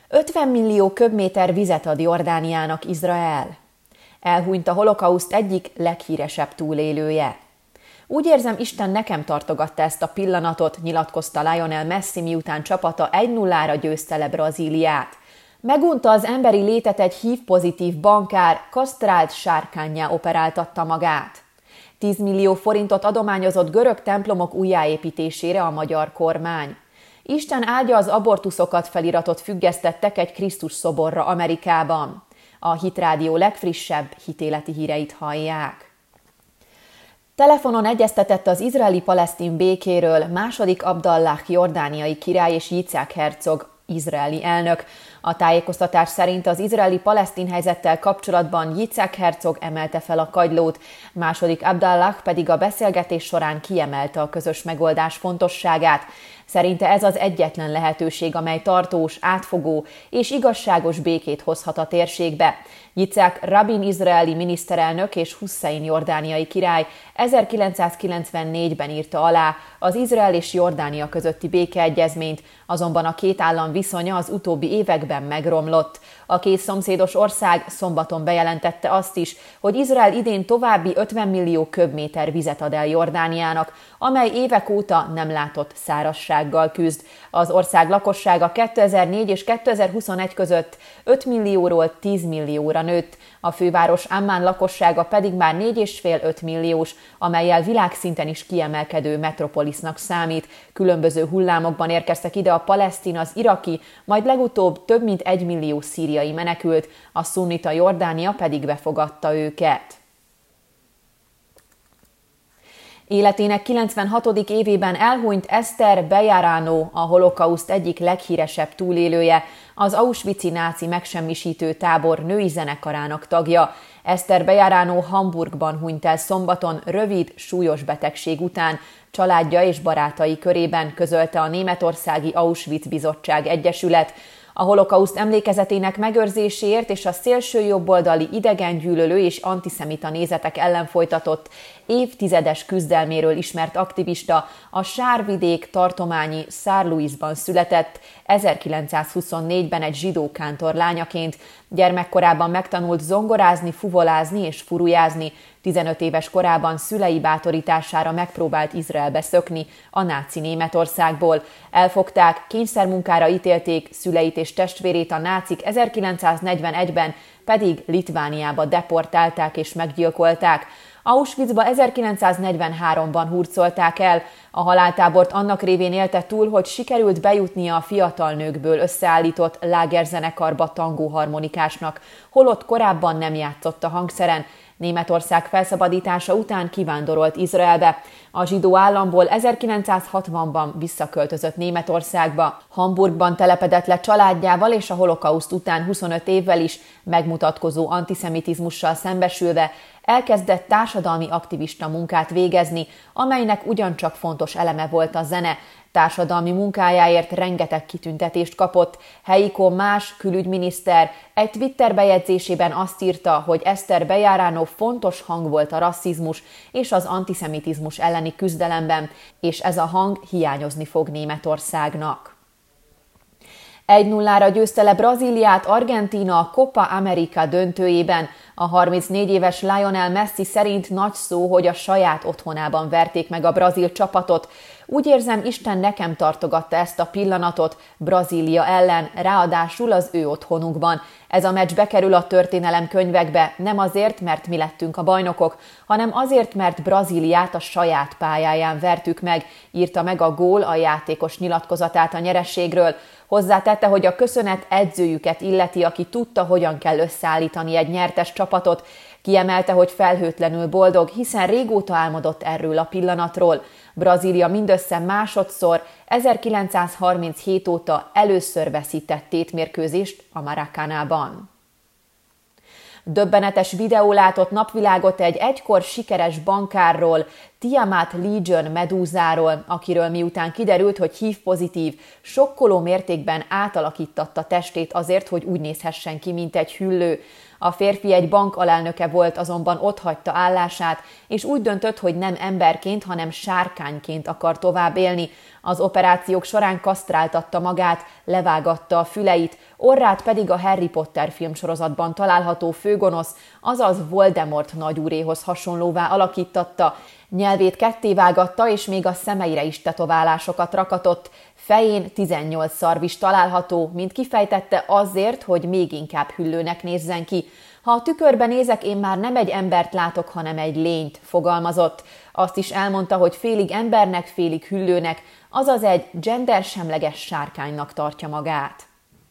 50 millió köbméter vizet ad Jordániának Izrael. Elhunyt a holokauszt egyik leghíresebb túlélője. Úgy érzem, Isten nekem tartogatta ezt a pillanatot, nyilatkozta Lionel Messi, miután csapata 1-0-ra győzte le Brazíliát. Megunta az emberi létet egy HIV-pozitív bankár, kasztrált sárkánnyá operáltatta magát. 10 millió forintot adományozott görög templomok újjáépítésére a magyar kormány. Isten áldja az abortuszokat feliratot függesztettek egy Krisztus szoborra Amerikában. A Hit Rádió legfrissebb hitéleti híreit hallják. Telefonon egyeztetett az izraeli-palesztin békéről második Abdallah jordániai király és Jicák hercog, izraeli elnök. A tájékoztatás szerint az izraeli-palesztin helyzettel kapcsolatban Jicák hercog emelte fel a kagylót, második Abdallah pedig a beszélgetés során kiemelte a közös megoldás fontosságát. Szerinte ez az egyetlen lehetőség, amely tartós, átfogó és igazságos békét hozhat a térségbe. Jicák Rabin izraeli miniszterelnök és Hussein jordániai király 1994-ben írta alá az Izrael és Jordánia közötti békeegyezményt, azonban a két állam viszonya az utóbbi években megromlott. A két szomszédos ország szombaton bejelentette azt is, hogy Izrael idén további 50 millió köbméter vizet ad el Jordániának, amely évek óta nem látott szárazsággal küzd. Az ország lakossága 2004 és 2021 között 5 millióról 10 millióra nőtt, a főváros Ammán lakossága pedig már 4,5-5 milliós, amellyel világszinten is kiemelkedő metropolisznak számít. Különböző hullámokban érkeztek ide a palesztin, az iraki, majd legutóbb több mint 1 millió szíriai menekült, a szunnita Jordánia pedig befogadta őket. Életének 96. évében elhunyt Eszter Bejarano, a holokauszt egyik leghíresebb túlélője, az auschwitzi náci megsemmisítő tábor női zenekarának tagja. Eszter Bejarano Hamburgban hunyt el szombaton rövid, súlyos betegség után, családja és barátai körében, közölte a Németországi Auschwitz Bizottság Egyesület. A holokauszt emlékezetének megőrzéséért és a szélső jobboldali idegengyűlölő és antiszemita nézetek ellen folytatott évtizedes küzdelméről ismert aktivista a Sárvidék tartományi Saarlouisban született, 1924-ben egy zsidó kántor lányaként. Gyermekkorában megtanult zongorázni, fuvolázni és furujázni. 15 éves korában szülei bátorítására megpróbált Izraelbe szökni a náci Németországból. Elfogták, kényszermunkára ítélték, szüleit és testvérét a nácik 1941-ben pedig Litvániába deportálták és meggyilkolták. Auschwitzba 1943-ban hurcolták el. A haláltábort annak révén élte túl, hogy sikerült bejutnia a fiatal nőkből összeállított lágerzenekarba tangóharmonikásnak, holott korábban nem játszott a hangszeren. Németország felszabadítása után kivándorolt Izraelbe. A zsidó államból 1960-ban visszaköltözött Németországba. Hamburgban telepedett le családjával, és a holokauszt után 25 évvel is megmutatkozó antiszemitizmussal szembesülve elkezdett társadalmi aktivista munkát végezni, amelynek ugyancsak fontos eleme volt a zene. Társadalmi munkájáért rengeteg kitüntetést kapott. Heiko Maas külügyminiszter egy Twitter bejegyzésében azt írta, hogy Eszter Bejarano fontos hang volt a rasszizmus és az antiszemitizmus elleni küzdelemben, és ez a hang hiányozni fog Németországnak. 1-0-ra győzte le Brazíliát Argentína a Copa América döntőjében. A 34 éves Lionel Messi szerint nagy szó, hogy a saját otthonában verték meg a brazil csapatot. Úgy érzem, Isten nekem tartogatta ezt a pillanatot Brazília ellen, ráadásul az ő otthonukban. Ez a meccs bekerül a történelem könyvekbe, nem azért, mert mi lettünk a bajnokok, hanem azért, mert Brazíliát a saját pályáján vertük meg, írta meg a Gól a játékos nyilatkozatát a nyereségről. Hozzátette, hogy a köszönet edzőjüket illeti, aki tudta, hogyan kell összeállítani egy nyertes csapatot. Kiemelte, hogy felhőtlenül boldog, hiszen régóta álmodott erről a pillanatról. Brazília mindössze másodszor, 1937 óta először veszített tétmérkőzést a Maracanában. Döbbenetes videó látott napvilágot egy egykor sikeres bankárról. Tiamat Legion medúzáról, akiről miután kiderült, hogy HIV-pozitív, sokkoló mértékben átalakítatta testét azért, hogy úgy nézhessen ki, mint egy hüllő. A férfi egy bank alelnöke volt, azonban otthagyta állását, és úgy döntött, hogy nem emberként, hanem sárkányként akar tovább élni. Az operációk során kasztráltatta magát, levágatta a füleit, orrát pedig a Harry Potter filmsorozatban található főgonosz, azaz Voldemort nagyúréhoz hasonlóvá alakítatta. Nyelvét kettévágatta, és még a szemeire is tetoválásokat rakatott. Fején 18 szarv is található, mint kifejtette, azért, hogy még inkább hüllőnek nézzen ki. Ha a tükörbe nézek, én már nem egy embert látok, hanem egy lényt, fogalmazott. Azt is elmondta, hogy félig embernek, félig hüllőnek, azaz egy gendersemleges sárkánynak tartja magát.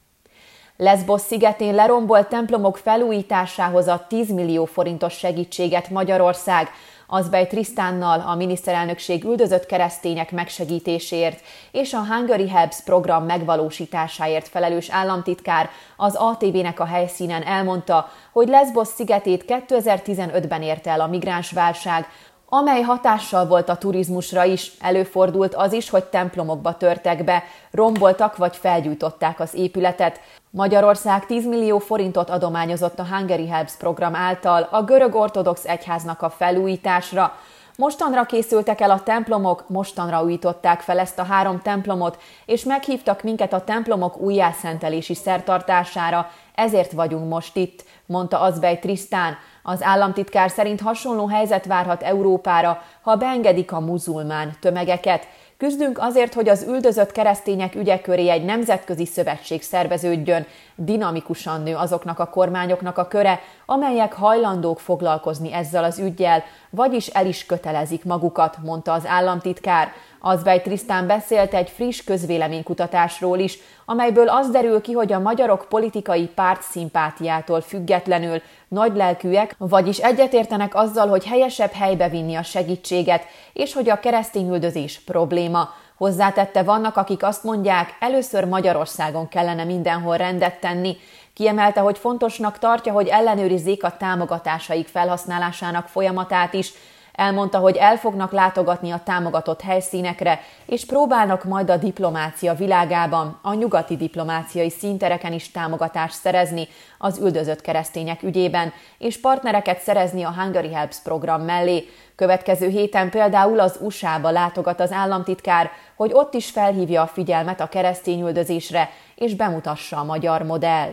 Lesbos szigetén lerombolt templomok felújításához ad 10 millió forintos segítséget Magyarország. Azbej Trisztánnal a miniszterelnökség üldözött keresztények megsegítéséért és a Hungary Helps program megvalósításáért felelős államtitkár az ATV-nek a helyszínen elmondta, hogy Lesbos szigetét 2015-ben érte el a migránsválság, amely hatással volt a turizmusra is. Előfordult az is, hogy templomokba törtek be, romboltak vagy felgyújtották az épületet. Magyarország 10 millió forintot adományozott a Hungary Helps program által a görög ortodox egyháznak a felújításra. Mostanra készültek el a templomok, mostanra újították fel ezt a 3 templomot, és meghívtak minket a templomok újjászentelési szertartására, ezért vagyunk most itt, mondta Azbej Trisztán. Az államtitkár szerint hasonló helyzet várhat Európára, ha beengedik a muzulmán tömegeket. Küzdünk azért, hogy az üldözött keresztények ügye köré egy nemzetközi szövetség szerveződjön. Dinamikusan nő azoknak a kormányoknak a köre, amelyek hajlandók foglalkozni ezzel az üggyel, vagyis el is kötelezik magukat, mondta az államtitkár. Azbej Trisztán beszélt egy friss közvéleménykutatásról is, amelyből az derül ki, hogy a magyarok politikai pártszimpátiától függetlenül nagylelkűek, vagyis egyetértenek azzal, hogy helyesebb helybe vinni a segítséget, és hogy a keresztényüldözés probléma. Hozzátette, vannak, akik azt mondják, először Magyarországon kellene mindenhol rendet tenni. Kiemelte, hogy fontosnak tartja, hogy ellenőrizzék a támogatásaik felhasználásának folyamatát is. Elmondta, hogy el fognak látogatni a támogatott helyszínekre, és próbálnak majd a diplomácia világában, a nyugati diplomáciai színtereken is támogatást szerezni az üldözött keresztények ügyében, és partnereket szerezni a Hungary Helps program mellé. Következő héten például az USA-ba látogat az államtitkár, hogy ott is felhívja a figyelmet a keresztényüldözésre, és bemutassa a magyar modellt.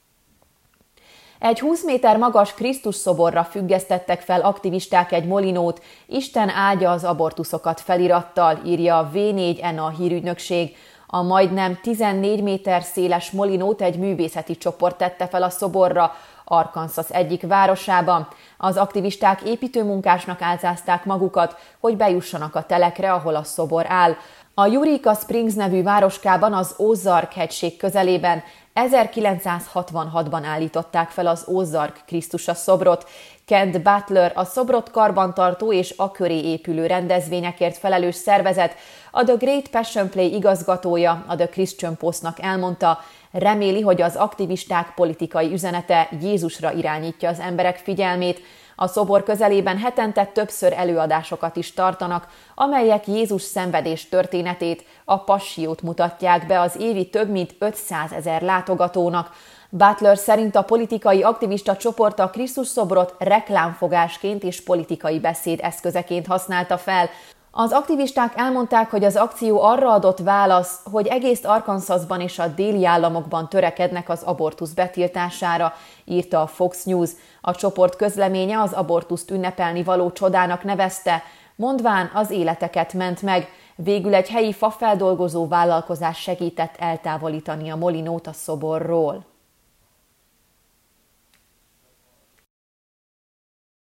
Egy 20 méter magas Krisztus szoborra függesztettek fel aktivisták egy molinót, Isten áldja az abortuszokat felirattal, írja a V4NA hírügynökség. A majdnem 14 méter széles molinót egy művészeti csoport tette fel a szoborra, Arkansas egyik városában. Az aktivisták építőmunkásnak álcázták magukat, hogy bejussanak a telekre, ahol a szobor áll. A Eureka Springs nevű városkában, az Ozark-hegység közelében 1966-ban állították fel az Ozark Krisztusa szobrot. Kent Butler, a szobrot karbantartó és a köré épülő rendezvényekért felelős szervezet, a The Great Passion Play igazgatója a The Christian Postnak elmondta, reméli, hogy az aktivisták politikai üzenete Jézusra irányítja az emberek figyelmét. A szobor közelében hetente többször előadásokat is tartanak, amelyek Jézus szenvedés történetét, a passiót mutatják be az évi több mint 500 000 látogatónak. Butler szerint a politikai aktivista csoport a Krisztus szobrot reklámfogásként és politikai beszéd eszközeként használta fel. Az aktivisták elmondták, hogy az akció arra adott válasz, hogy egész Arkansasban és a déli államokban törekednek az abortusz betiltására, írta a Fox News. A csoport közleménye az abortuszt ünnepelni való csodának nevezte, mondván az életeket ment meg. Végül egy helyi fafeldolgozó vállalkozás segített eltávolítani a molinót a szoborról.